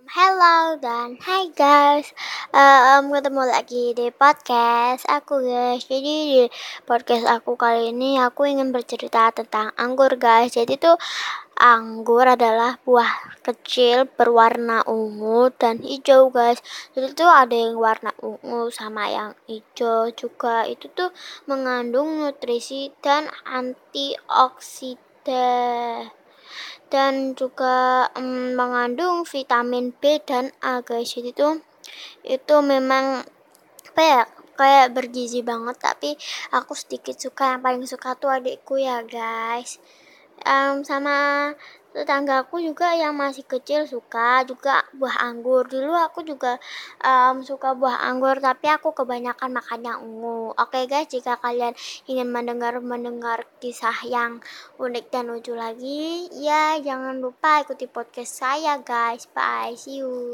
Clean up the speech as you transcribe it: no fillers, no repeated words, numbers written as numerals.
Hello dan hai guys, ketemu lagi di podcast aku guys. Jadi di podcast aku kali ini aku ingin bercerita tentang anggur guys. Jadi tuh anggur adalah buah kecil berwarna ungu dan hijau guys. Jadi tuh ada yang warna ungu sama yang hijau juga. Itu tuh mengandung nutrisi dan antioksidan dan juga mengandung vitamin B dan A guys. Jadi tuh itu memang apa ya, kayak bergizi banget, tapi aku sedikit suka, yang paling suka tuh adikku ya guys. Sama tetanggaku juga yang masih kecil suka juga buah anggur. Dulu aku juga suka buah anggur, tapi aku kebanyakan makan yang ungu. Oke guys, jika kalian ingin mendengar kisah yang unik dan lucu lagi, ya jangan lupa ikuti podcast saya guys. Bye, see you.